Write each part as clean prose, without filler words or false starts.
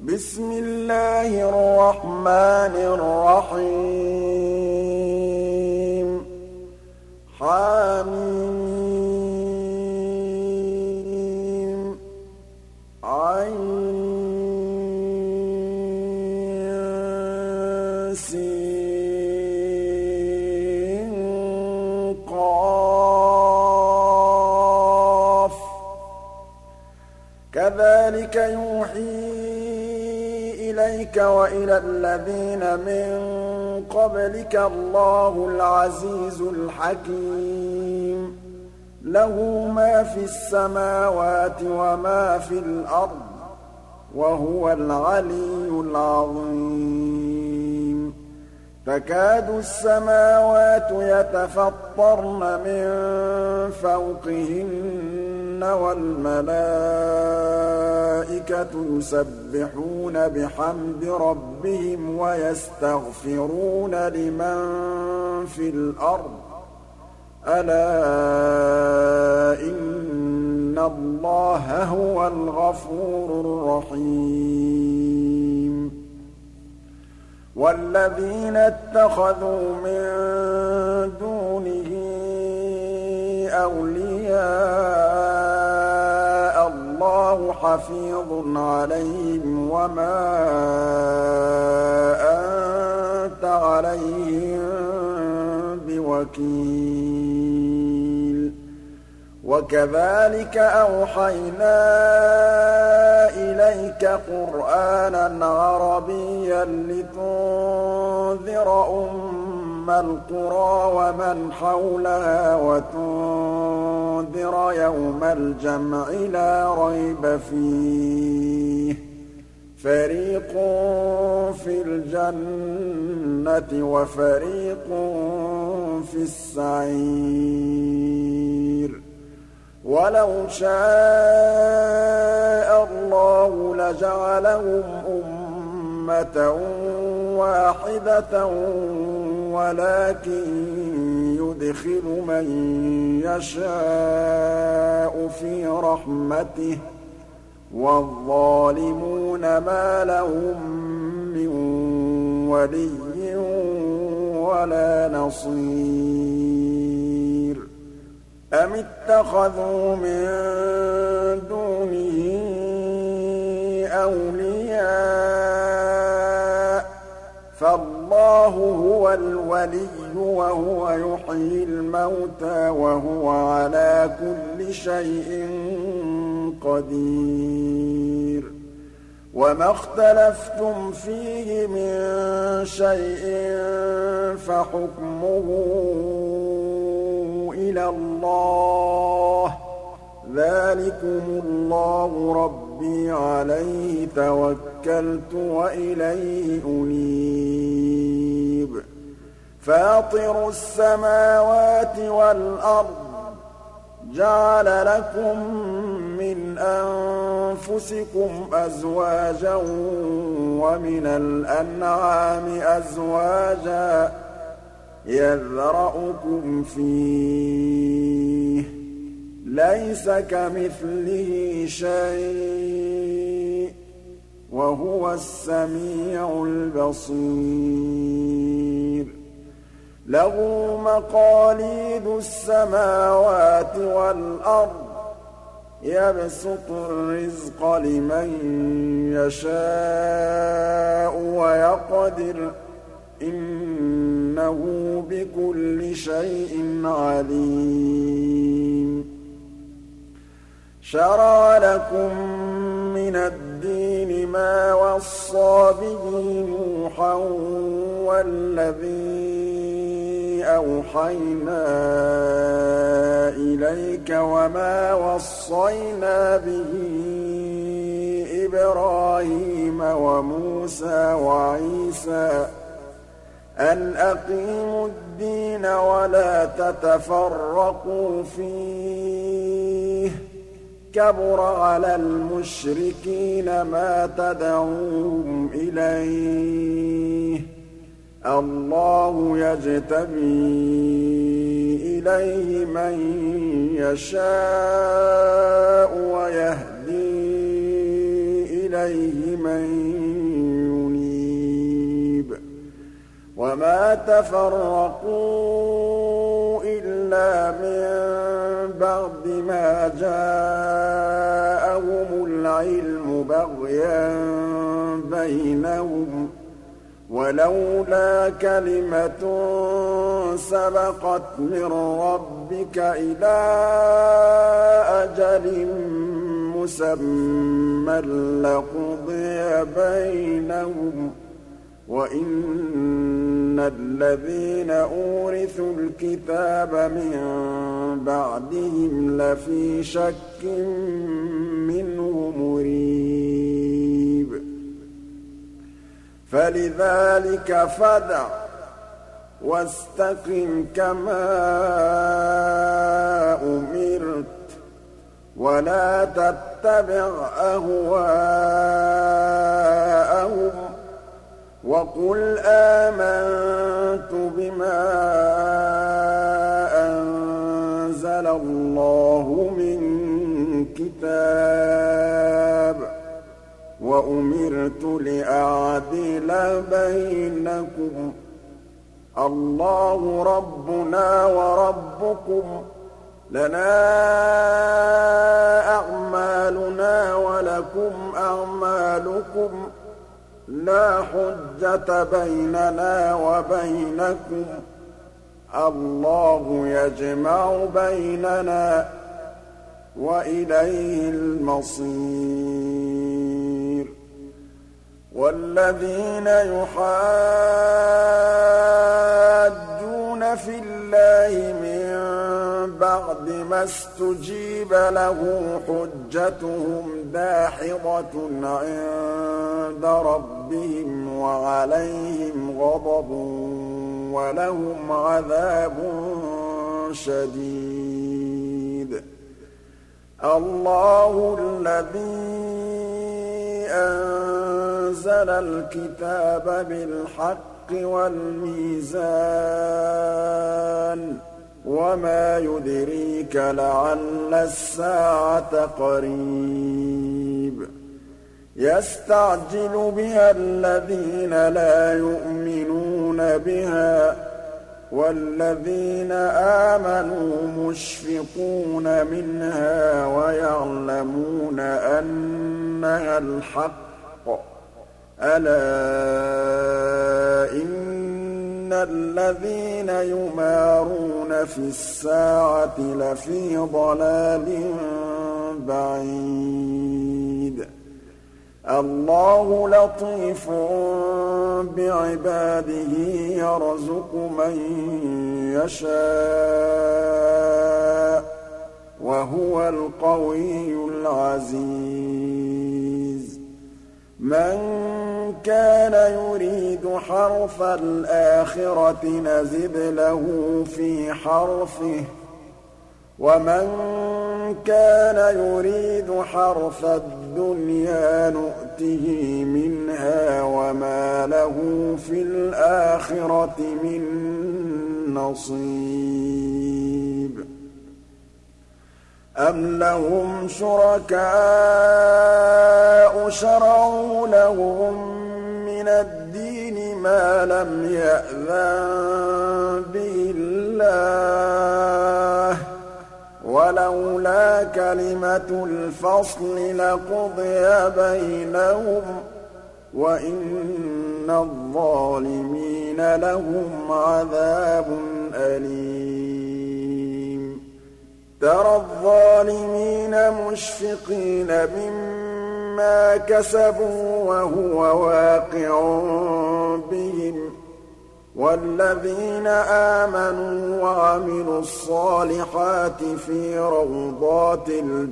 بسم الله الرحمن الرحيم حميم عين سين قاف كذلك يوحي إليك وإلى الذين من قبلك الله العزيز الحكيم له ما في السماوات وما في الأرض وهو العلي العظيم تكاد السماوات يتفطرن من فوقهن والملائكة يسبحون بحمد ربهم ويستغفرون لمن في الأرض ألا إن الله هو الغفور الرحيم والذين اتخذوا من دونه أولياء الله حفيظ عليهم وما أنت عليهم بوكيل وكذلك أوحينا إليك قرآنا عربيا لتنذر أم القرى ومن حولها وتنذر يوم الجمع لا ريب فيه فريق في الجنة وفريق في السعير ولو شاء الله لجعلهم أمة واحدة ولكن يدخل من يشاء في رحمته والظالمون ما لهم من ولي ولا نصير أم اتخذوا من دونه أولياء فالله هو الولي وهو يحيي الموتى وهو على كل شيء قدير وما اختلفتم فيه من شيء فحكمه إلى الله ذلكم الله ربي عليه توكلت وإليه أنيب فاطر السماوات والأرض جعل لكم من أنفسكم أزواجا ومن الأنعام أزواجا يذرأكم فيه ليس كمثله شيء وهو السميع البصير له مقاليد السماوات والأرض يبسط الرزق لمن يشاء ويقدر إنه بكل شيء عليم شرع لكم من الدين ما وصى به نوحا والذي أوحينا إليك وما وصينا به إبراهيم وموسى وعيسى أن أقيموا الدين ولا تتفرقوا فيه كبر على المشركين ما تدعوهم إليه الله يجتبي إليه من يشاء ويهدي إِلَيْهِ مَن يُنِيبُ وَمَا تَفَرَّقُوا إِلَّا مِن بَعْدِ مَا جَاءَهُمُ الْعِلْمُ بَغْيًا بَيْنَهُمْ وَلَوْلَا كَلِمَةٌ سَبَقَتْ مِن رَّبِّكَ إِلَىٰ أَجَلٍ مُّسَمًّى لَّقُضِيَ بَيْنَهُمْ وَإِنَّ الَّذِينَ أُورِثُوا الْكِتَابَ مِن بَعْدِهِمْ لَفِي شَكٍّ مِّنْهُ مُرِيبٍ فَلِذَٰلِكَ فَادْعُ وَاسْتَقِمْ كَمَا أُمِرْتَ وَلَا تَتَّبِعْ أَهْوَاءَهُمْ وَقُلْ آمَنتُ بِمَا أَنزَلَ اللَّهُ مِن كِتَابٍ وَأُمِرْتُ لِأَعْدِلَ بَيْنَكُمْ اللَّهُ رَبُّنَا وَرَبُّكُمْ لَنَا أَعْمَالُنَا وَلَكُمْ أَعْمَالُكُمْ لَا حُجَّةَ بَيْنَنَا وَبَيْنَكُمْ اللَّهُ يَجْمَعُ بَيْنَنَا وَإِلَيْهِ الْمَصِيرُ وَالَّذِينَ يُحَاجُّونَ فِي اللَّهِ مِن بَعْدِ مَا اسْتُجِيبَ لَهُ حُجَّتُهُمْ دَاحِضَةٌ عِندَ رَبِّهِمْ وَعَلَيْهِمْ غَضَبٌ وَلَهُمْ عَذَابٌ شَدِيدٌ اللَّهُ الَّذِي أَنزَلَ الْكِتَابَ بِالْحَقِّ وَالْمِيزَانَ وَمَا يُدْرِيكَ لَعَلَّ السَّاعَةَ قَرِيبٌ يَسْتَعْجِلُ بِهَا الَّذِينَ لَا يُؤْمِنُونَ بِهَا وَالَّذِينَ آمَنُوا مُشْفِقُونَ مِنْهَا وَيَعْلَمُونَ أَنَّهَا الْحَقُّ أَلَا إِنَّ الَّذِينَ يُمَارُونَ فِي السَّاعَةِ لَفِي ضَلَالٍ بَعِيدٍ اللَّهُ لَطِيفٌ بِعِبَادِهِ يَرْزُقُ مَن يَشَاءُ وَهُوَ الْقَوِيُّ الْعَزِيزُ مَن كَانَ يُرِيدُ حَرْثَ الْآخِرَةِ نَزِدْ لَهُ فِي حَرْثِهِ وَمَن كَانَ يُرِيدُ حَرْثَ الدُّنْيَا نُؤْتِهِ مِنْهَا وَمَا لَهُ فِي الْآخِرَةِ مِن نَّصِيبٍ أَمْ لَهُمْ شُرَكَاءُ شَرَعُوا لَهُم مِّنَ الدِّينِ مَا لَمْ يَأْذَن بِهِ اللَّهُ وَلَوْلَا كَلِمَةُ الْفَصْلِ لَقُضِيَ بَيْنَهُمْ وَإِنَّ الظَّالِمِينَ لَهُمْ عَذَابٌ أَلِيمٌ تَرَى الظَّالِمِينَ مُشْفِقِينَ مِمَّا كَسَبُوا وَهُوَ وَاقِعٌ بِهِمْ وَالَّذِينَ آمَنُوا وَعَمِلُوا الصَّالِحَاتِ فِي رَوْضَاتِ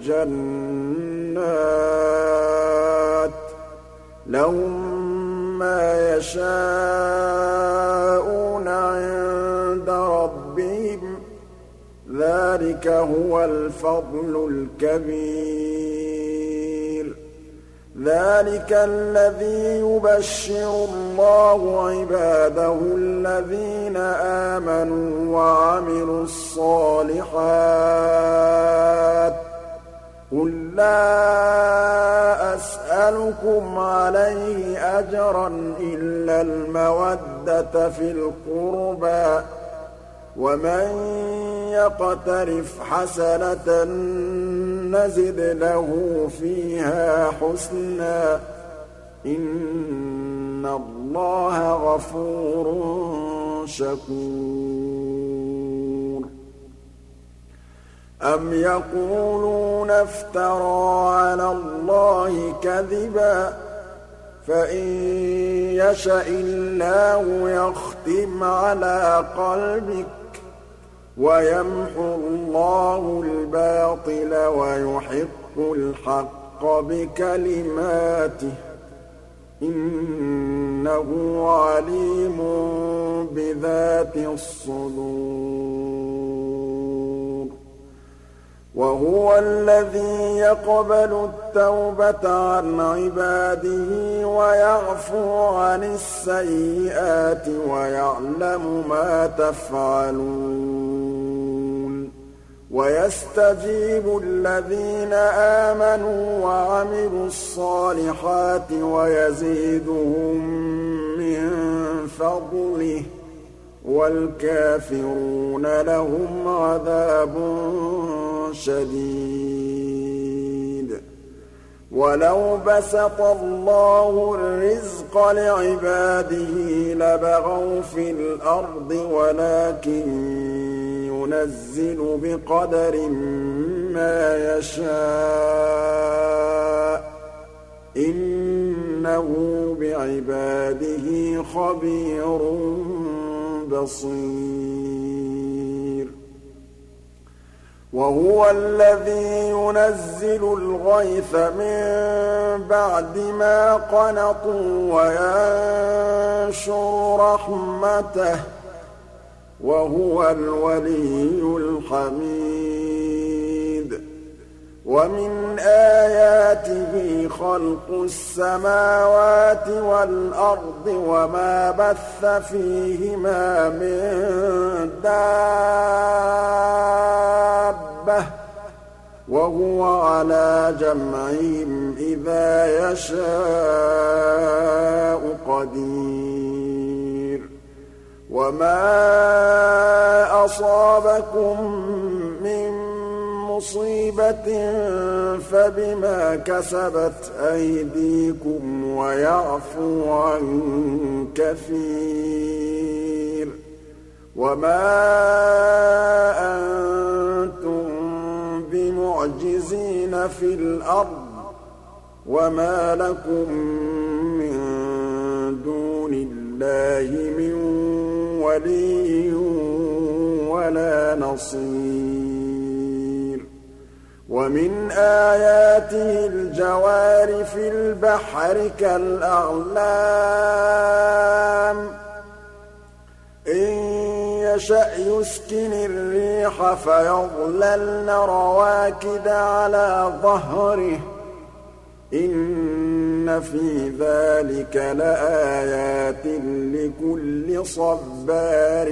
الْجَنَّاتِ لَهُم مَّا يَشَاءُونَ عِندَ رَبِّهِمْ ۚ ذَٰلِكَ هُوَ الْفَضْلُ الْكَبِيرُ ذَٰلِكَ الَّذِي يُبَشِّرُ اللَّهُ عِبَادَهُ الَّذِينَ آمَنُوا وَعَمِلُوا الصَّالِحَاتِ قُل لَّا أَسْأَلُكُمْ عَلَيْهِ أَجْرًا إِلَّا الْمَوَدَّةَ فِي الْقُرْبَىٰ ۗ وَمَن يَقْتَرِفْ حَسَنَةً نَّزِدْ لَهُ فِيهَا حُسْنًا ۚ إِنَّ اللَّهَ غَفُورٌ شَكُورٌ. أَمْ يَقُولُونَ افْتَرَىٰ عَلَى اللَّهِ كَذِبًا ۖ فَإِن يَشَإِ اللَّهُ يَخْتِمْ عَلَىٰ قَلْبِكَ وَيَمْحُ اللَّهُ الْبَاطِلَ وَيُحِقُّ الْحَقَّ بِكَلِمَاتِهِ ۚ إِنَّهُ عَلِيمٌ بِذَاتِ الصُّدُورِ. وَهُوَ الَّذِي يَقْبَلُ التَّوْبَةَ عَنْ عِبَادِهِ وَيَعْفُو عَنِ السَّيِّئَاتِ وَيَعْلَمُ مَا تَفْعَلُونَ. وَيَسْتَجِيبُ الَّذِينَ آمَنُوا وَعَمِلُوا الصَّالِحَاتِ وَيَزِيدُهُم مِّن فَضْلِهِ ۚ وَالْكَافِرُونَ لَهُمْ عَذَابٌ شَدِيدٌ. وَلَوْ بَسَطَ اللَّهُ الرِّزْقَ لِعِبَادِهِ لَبَغَوْا فِي الْأَرْضِ وَلَٰكِن يُنَزِّلُ بِقَدَرٍ مَّا يَشَاءُ ۚ إِنَّهُ بِعِبَادِهِ خَبِيرٌ بَصِيرٌ. وَهُوَ الَّذِي يُنَزِّلُ الْغَيْثَ مِن بَعْدِ مَا قَنَطُوا وَيَنشُرُ رَحْمَتَهُ ۚ وَهُوَ الْوَلِيُّ الْحَمِيدُ. وَمِنْ آيَاتِهِ خَلْقُ السَّمَاوَاتِ وَالْأَرْضِ وَمَا بَثَّ فِيهِمَا مِن دَابَّةٍ ۚ وَهُوَ عَلَىٰ جَمْعِهِمْ إِذَا يَشَاءُ قَدِيرٌ. وَمَا أَصَابَكُم مِّن مُّصِيبَةٍ فَبِمَا كَسَبَتْ أَيْدِيكُمْ وَيَعْفُو عَن كَثِيرٍ. وَمَا أَنتُم بِمُعْجِزِينَ فِي الْأَرْضِ ۖ وَمَا لَكُم مِّن دُونِ اللَّهِ مِن وَلِيٍّ وَلَا نَصِيرٍ. وَمِنْ آيَاتِهِ الْجَوَارِ فِي الْبَحْرِ كَالْأَعْلَامِ ۚ إِن يَشَأْ يُسْكِنِ الرِّيحَ فَيَظْلَلْنَ رَوَاكِدَ عَلَىٰ ظَهْرِهِ ۚ إِنَّ فِي ذَٰلِكَ لَآيَاتٍ لِّكُلِّ صَبَّارٍ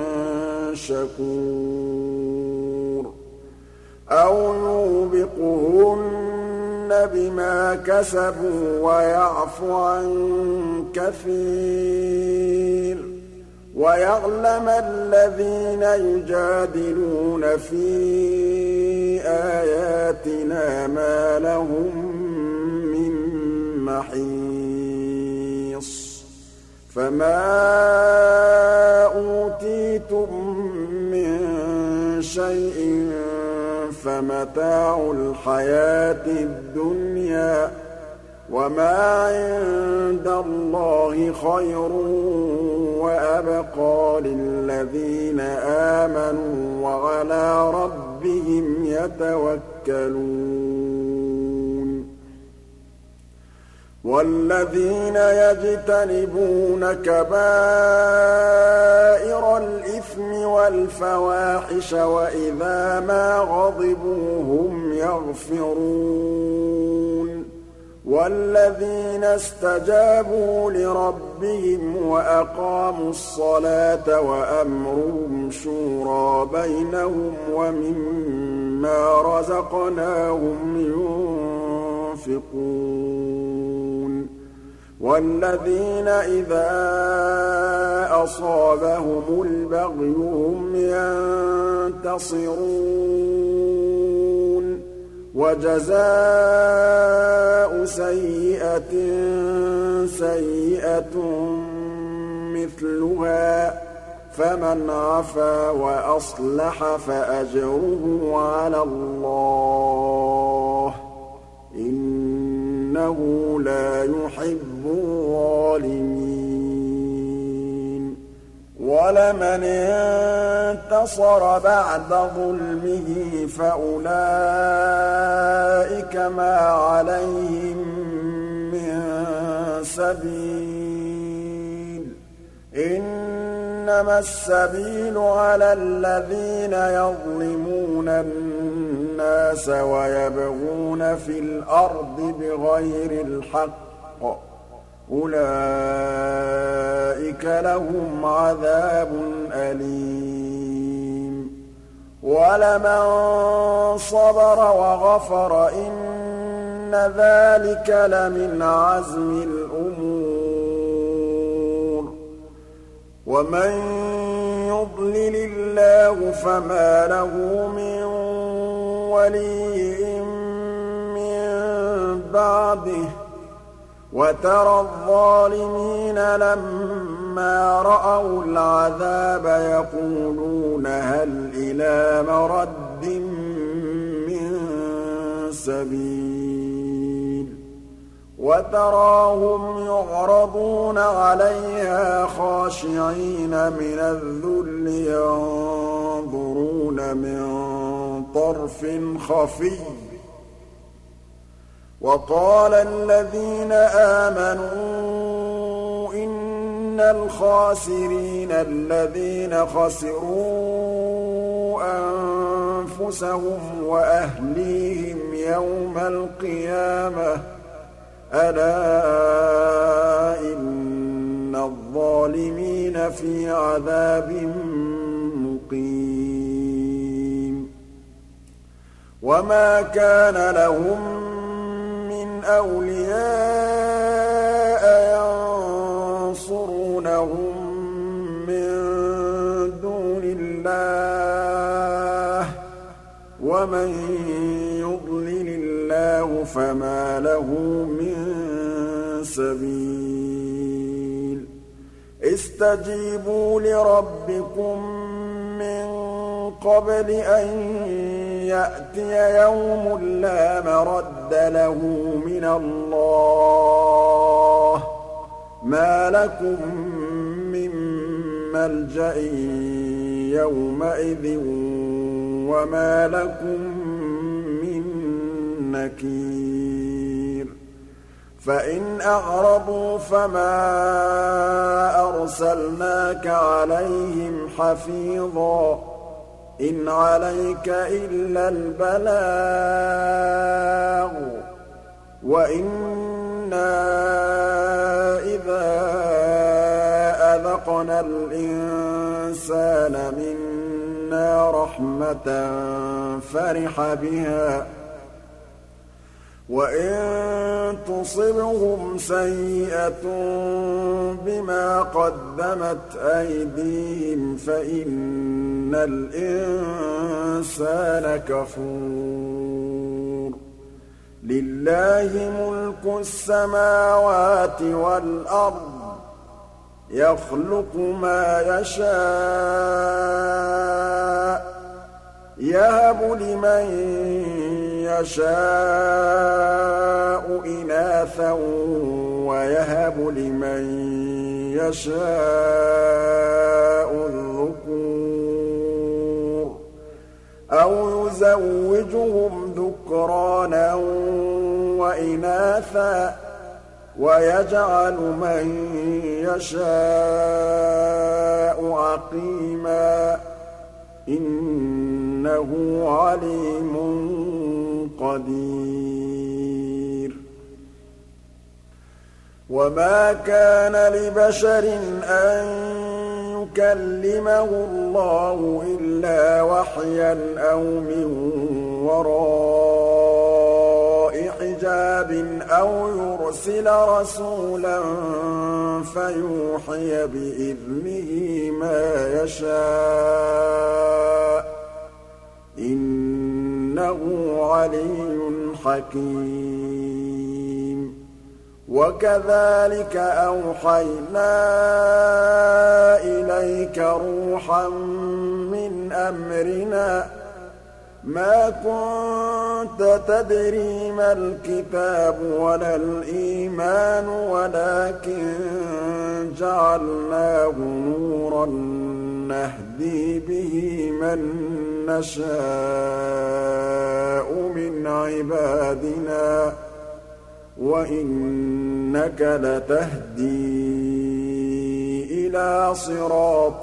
شَكُورٍ. أَوْ يُوبِقْهُنَّ بِمَا كَسَبُوا وَيَعْفُ عَن كَثِيرٍ. وَيَعْلَمَ الَّذِينَ يُجَادِلُونَ فِي آيَاتِنَا مَا لَهُم مِّن مَّحِيصٍ. فَمَا أُوتِيتُم مِّن شَيْءٍ فَمَتَاعُ الْحَيَاةِ الدُّنْيَا ۖ وَمَا عِندَ اللَّهِ خَيْرٌ وَأَبْقَىٰ لِلَّذِينَ آمَنُوا وَعَلَىٰ رَبِّهِمْ يَتَوَكَّلُونَ. وَالَّذِينَ يَجْتَنِبُونَ كَبَائِرَ الْإِثْمِ وَالْفَوَاحِشَ وَإِذَا مَا غَضِبُوا هُمْ يَغْفِرُونَ. وَالَّذِينَ اسْتَجَابُوا لِرَبِّهِمْ وَأَقَامُوا الصَّلَاةَ وَأَمْرُهُمْ شُورَىٰ بَيْنَهُمْ وَمِمَّا مِّمَّا رَزَقْنَاهُمْ يُنفِقُونَ وَالَّذِينَ إِذَا أَصَابَهُمُ الْبَغْيُ هُمْ يَنتَصِرُونَ وَجَزَاءُ سَيِّئَةٍ سَيِّئَةٌ مِّثْلُهَا فَمَنْ عَفَا وَأَصْلَحَ فَأَجْرُهُ عَلَى اللَّهِ ۚ إِنَّهُ لَا يُحِبُّ الظَّالِمِينَ وَلَمَنِ انتَصَرَ بَعْدَ ظُلْمِهِ فَأُولَٰئِكَ مَا عَلَيْهِم مِّن سَبِيلٍ ۚ إِنَّمَا السَّبِيلُ عَلَى الَّذِينَ يَظْلِمُونَ النَّاسَ وَيَبْغُونَ فِي الْأَرْضِ بِغَيْرِ الْحَقِّ ۚ أُولَٰئِكَ لَهُمْ عَذَابٌ أَلِيمٌ وَلَمَن صَبَرَ وَغَفَرَ إِنَّ ذَٰلِكَ لَمِنْ عَزْمِ الْأُمُورِ وَمَن يُضْلِلِ اللَّهُ فَمَا لَهُ مِن وَلِيٍّ مِّن بَعْدِهِ ۗ وَتَرَى الظَّالِمِينَ لَمَّا رَأَوُا الْعَذَابَ يَقُولُونَ هَلْ إِلَىٰ مَرَدٍّ مِّن سَبِيلٍ وَتَرَاهُمْ يُعْرَضُونَ عَلَيْهَا خَاشِعِينَ مِنَ الذُّلِّ يَنظُرُونَ مِن طَرْفٍ خَفِيٍّ وَقَالَ الَّذِينَ آمَنُوا إِنَّ الْخَاسِرِينَ الَّذِينَ خَسِرُوا أَنفُسَهُمْ وَأَهْلِيهِمْ يَوْمَ الْقِيَامَةِ ۗ أَلَا إِنَّ الظَّالِمِينَ فِي عَذَابٍ مُّقِيمٍ وَمَا كَانَ لَهُم مِّنْ أَوْلِيَاءَ يَنصُرُونَهُم مِّن دُونِ اللَّهِ ۗ وَمَن يُضْلِلِ اللَّهُ فَمَا لَهُ مِن سَبِيلٍ اسْتَجِيبُوا لِرَبِّكُم مِّن قَبْلِ أَن يَأْتِيَ يَوْمٌ لَّا مَرَدَّ لَهُ مِنَ اللَّهِ ۚ مَا لَكُم مِّن مَّلْجَإٍ يَوْمَئِذٍ وَمَا لَكُم مِّن نَّكِيرٍ فَإِنْ أَعْرَضُوا فَمَا أَرْسَلْنَاكَ عَلَيْهِمْ حَفِيظًا ۖ إِنْ عَلَيْكَ إِلَّا الْبَلَاغُ ۗ وَإِنَّا إِذَا أَذَقْنَا الْإِنسَانَ مِنَّا رَحْمَةً فَرِحَ بِهَا ۖ وَإِن تُصِبْهُمْ سَيِّئَةٌ بِمَا قَدَّمَتْ أَيْدِيهِمْ فَإِنَّ الْإِنسَانَ كَفُورٌ لِلَّهِ مُلْكُ السَّمَاوَاتِ وَالْأَرْضِ ۚ يَخْلُقُ مَا يَشَاءُ ۚ يَهَبُ لِمَن يَشَاءُ إِنَاثًا وَيَهَبُ لِمَن يَشَاءُ الذُّكُورَ أَوْ يُزَوِّجُهُمْ ذُكْرَانًا وَإِنَاثًا ۖ وَيَجْعَلُ مَن يَشَاءُ عَقِيمًا ۚ إِنَّهُ عَلِيمٌ قَدِيرٌ وَمَا كَانَ لِبَشَرٍ أَن يكلمه الله إلا وحيا أو من وراء حجاب أو يرسل رسولا فيوحي بإذنه ما يشاء إنه علي حكيم وكذلك أوحينا إليك روحا من أمرنا ما كنت تدري ما الكتاب ولا الإيمان ولكن جعلناه نورا نهدي به من نشاء من عبادنا وإنك لتهدي إلى صراط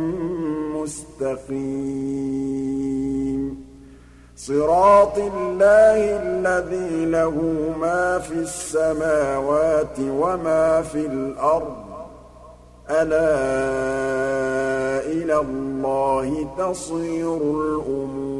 مستقيم صراط الله الذي له ما في السماوات وما في الأرض ألا إلى الله تصير الأمور